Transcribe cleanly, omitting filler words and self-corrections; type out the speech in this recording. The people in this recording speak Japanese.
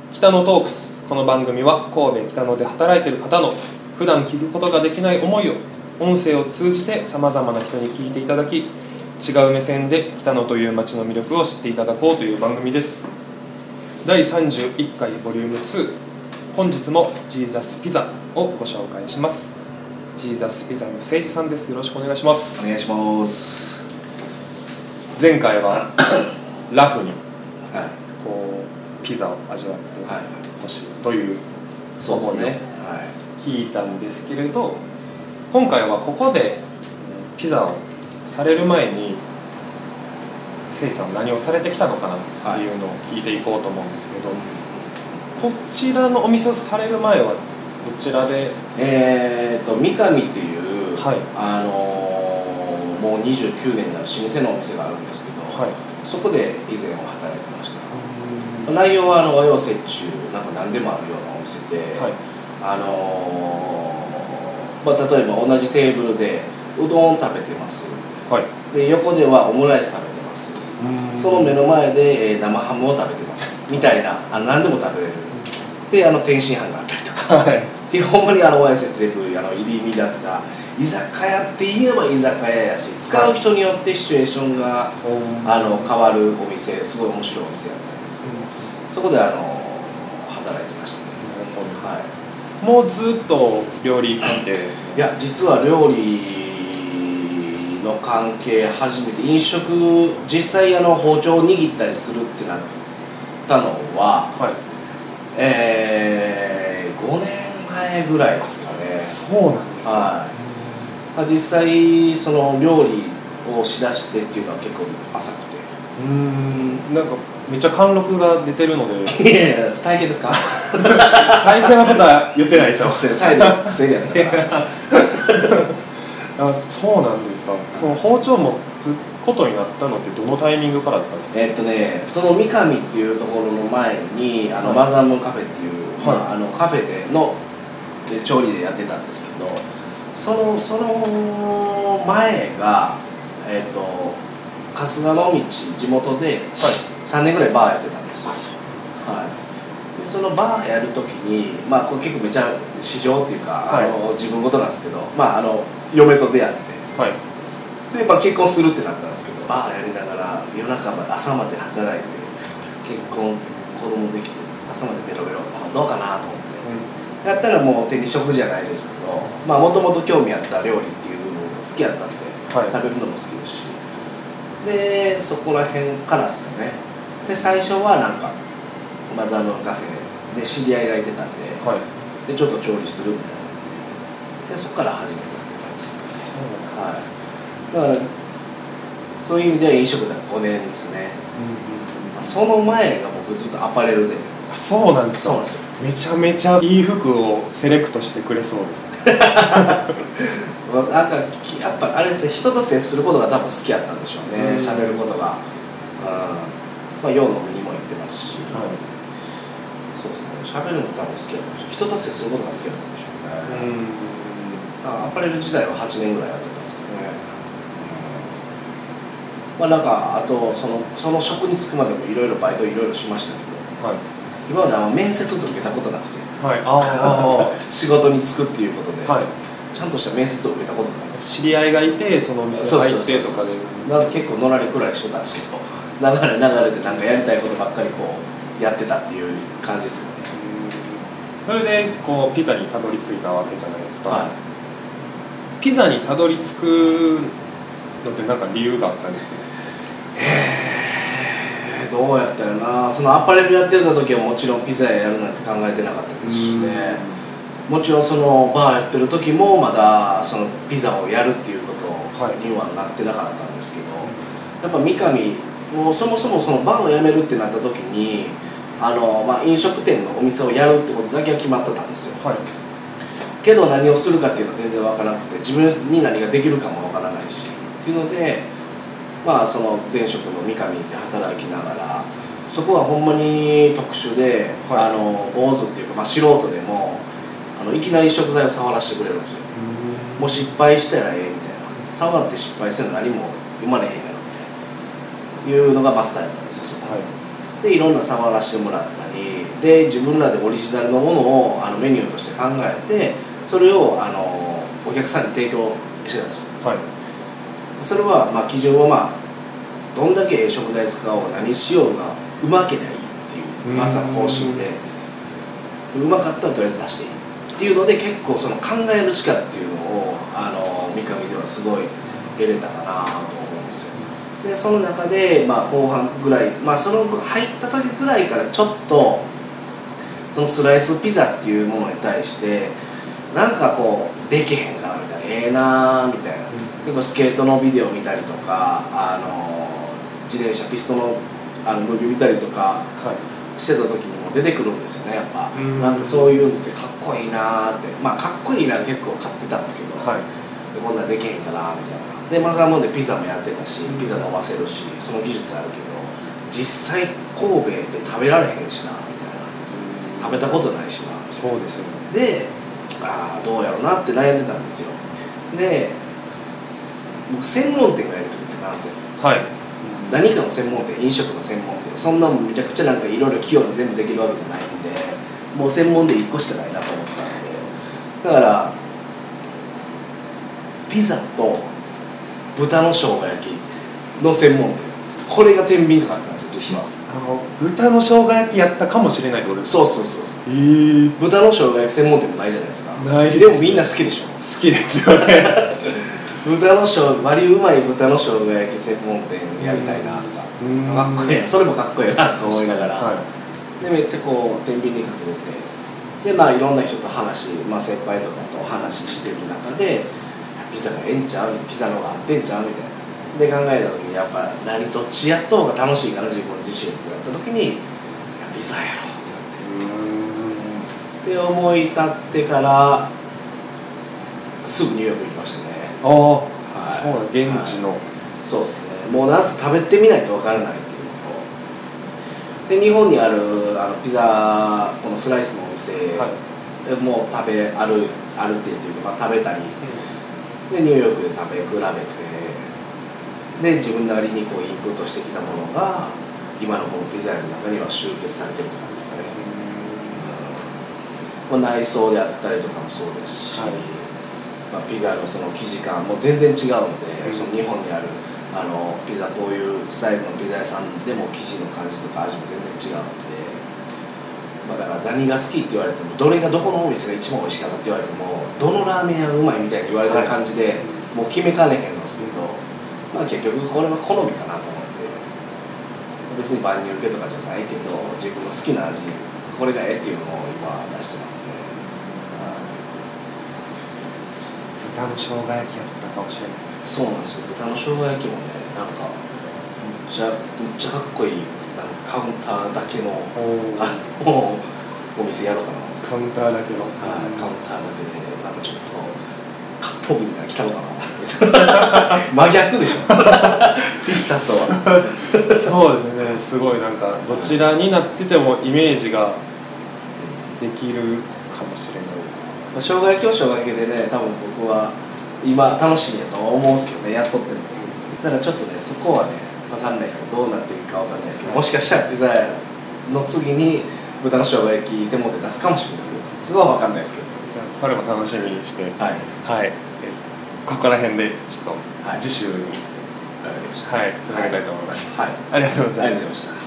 北野トークス。この番組は神戸北野で働いている方の普段聞くことができない思いを音声を通じてさまざまな人に聞いていただき、違う目線で北野という街の魅力を知っていただこうという番組です。第31回ボリューム2、本日もジーザスピザをご紹介します。ジーザスピザの誠司さんです。よろしくお願いします。 お願いします。 前回はラフにはい、 こうピザを味わってほしいという思いを聞いたんですけれど、今回はここでピザをされる前に誠司さん何をされてきたのかなっていうのを聞いていこうと思うんですけど、こちらのお店をされる前はどちらで？ 三上っていう、 はい、 もう29年になる老舗のお店があるんですけど、 はい、 そこで以前は働いてました。内容は和洋折衷なんか何でもあるようなお店で、はい、例えば同じテーブルでうどん食べてます、はい、で横ではオムライス食べてます、その目の前で、生ハムを食べてますみたいな、何でも食べれるで、天津飯があったりとか、はい、でほんまに和洋折衷全部入り乱った居酒屋って言えば居酒屋やし、使う人によってシチュエーションが、変わるお店、すごい面白いお店だったんですけど、そこで働いてましたね。はい、 もうずっと料理関係？ いや、実は料理の関係初めて、飲食実際包丁を握ったりするってなったのは、はい、5年前ぐらいですかね。 そうなんですか。 はい、実際その料理をしだしてっていうのは結構浅くて、 なんかめっちゃ貫禄が出てるので。 いやいや、体型ですか？ 体型のことは言ってないですよ。 体力薬やったからそうなんですか。この包丁持つことになったのってどのタイミングからだったんですか？ その三上っていうところの前にマザームーンカフェっていう、はい、カフェでの調理でやってたんですけど、その前が春日の道地元で3年ぐらいバーやってたんですよ。はい、でそのバーやるときに、これ結構めちゃ市場っていうか、はい、自分事なんですけど、嫁と出会って、はい、で、結婚するってなったんですけど、バーやりながら夜中まで朝まで働いて、結婚子供できて朝までベロベロ、どうかなと思って、やったらもう手に職じゃないですけど、もともと興味あった料理っていう部分好きやったんで、はい、食べるのも好きですし、でそこら辺からですかね。で最初はなんかマザームーンカフェで知り合いがいてたんで、はい、でちょっと調理するみたいなで、そこから始めたって感じですかね。はい、だからそういう意味では飲食では5年ですね。その前が僕ずっとアパレルで。 そうなんですか。そうなんですよ。めちゃめちゃいい服をセレクトしてくれそうですなんかやっぱあれですね、人と接することが多分好きやったんでしょうね、喋ることが。洋の国にも行ってますし、はい、そうですね、喋るの多分好きやったんでしょう。人と接することが好きやったんでしょうね。アパレル時代は8年ぐらいやってたんですけどね。なんかあとその職に就くまでもいろいろバイトいろいろしましたけど、はい、今まで面接と受けたことなくて、はい、仕事に就くっていうことで、はい、ちゃんとした面接を受けたことがない。 知り合いがいてそのお店に入ってとかで、 なんか結構のらりくらいしてたんですけど、流れでなんかやりたいことばっかりこうやってたっていう感じですね。 それでこうピザにたどり着いたわけじゃないですか。はい、ピザにたどり着くのって何か理由があったんですか？ どうやったよな。そのアパレルやってた時はもちろんピザやるなんて考えてなかったですしね。もちろんそのバーやってる時もまだそのピザをやるっていうことにはなってなかったんですけど、やっぱ三上もうそもそもそのバーをやめるってなった時に飲食店のお店をやるってことだけは決まってたんですよ。はい、けど何をするかっていうのは全然分からなくて、自分に何ができるかも分からないしっていうので、その前職の三上で働きながら、そこはほんまに特殊で、はい、坊主っていうか、素人でもいきなり食材を触らせてくれるんですよ。もう失敗したらええみたいな、触って失敗するの何も生まれへんやろみたいないうのがマスターやったんですよ。そこ、はい、でいろんな触らせてもらったり、 で自分らでオリジナルのものをメニューとして考えて、それをお客さんに提供してたんですよ。 はい。 それは基準はどんだけ食材使おうが何しようがうまけりゃいいっていうマスターの方針で、うまかったらとりあえず出していいっていうので、結構その考える力っていうのを三上ではすごい得れたかなと思うんですよ。でその中で後半ぐらい、その入った時ぐらいからちょっとそのスライスピザっていうものに対してなんかこうできへんかなみたいな、なみたいな、結構スケートのビデオ見たりとか自転車ピストのムービー見たりとかしてた時にも出てくるんですよね、やっぱ。なんかそういうのってかっこいいなって、かっこいいなって結構買ってたんですけど、でこんなんできへんかなみたいな。でマザームーンでピザもやってたし、ピザ伸ばせるし、その技術あるけど実際神戸で食べられへんしなみたいな、食べたことないしな。 そうですよね。 でどうやろうなって悩んでたんですよ。で僕専門店がやるときってなんせ、何かの専門店、飲食の専門店、そんなもんめちゃくちゃなんかいろいろ器用に全部できるわけじゃないんで、もう専門で1個しかないなと思ったんで、だからピザと豚の生姜焼きの専門店、これが天秤かかったんですよ実は。 豚の生姜焼きやったかもしれないってことですか？ そう豚の生姜焼き専門店もないじゃないですか。 ないです。 でもみんな好きでしょ。 好きですよね豚の割りうまい豚の生姜焼き専門店やりたいなとか、かっこいいな、それもかっこいいなと思いながら、でめっちゃこう天秤にかけてて、でいろんな人と話、先輩とかと話してる中でピザがええんちゃう、ピザの方が合ってんちゃうみたいなで考えた時に、やっぱどっちやった方が楽しいかな自分自身ってなった時にピザやろうってなって、で思い立ってからすぐニューヨーク行きましたね。 そう現地の、 そうですね。もうなんせ食べてみないと分からないっていうのと、で日本にあるピザこのスライスのお店も食べ歩いてっていうか、食べたり、でニューヨークで食べ比べて、で自分なりにこうインプットしてきたものが今のこのピザ屋の中には集結されてるって感じですかね。内装であったりとかもそうですし、ピザのその生地感も全然違うので、その日本にあるピザ、こういうスタイルのピザ屋さんでも生地の感じとか味も全然違うので、だから何が好きって言われても、どれがどこのお店が一番美味しかったって言われても、どのラーメン屋がうまいみたいに言われてる感じで、もう決めかねへんのですけど、結局これは好みかなと思って、別に万人受けとかじゃないけど自分の好きな味、これがええっていうのを今出してますね。 豚の生姜焼きやったかもしれないです。 そうなんですよ。豚の生姜焼きもね、なんかめっちゃかっこいい、なんかカウンターだけのお店やろうかな。 カウンターだけの、 カウンターだけでなんかちょっとカッポギみたいなの来たのかな真逆でしょピッサとはそうですね。すごいなんかどちらになっててもイメージができるかもしれない。 生姜焼きは生姜焼きでね、多分僕は今楽しみやと思うんですけどね、やっとってる。だからちょっとね、そこはね分かんないですけど、どうなっていくか分かんないですけど、もしかしたらピザ屋の次に豚の生姜焼き専門店出すかもしれないですけど、そこは分かんないですけど、 じゃあそれも楽しみにして、ここら辺でちょっと次週に、 分かりました。 つなげたいと思います。 ありがとうございました。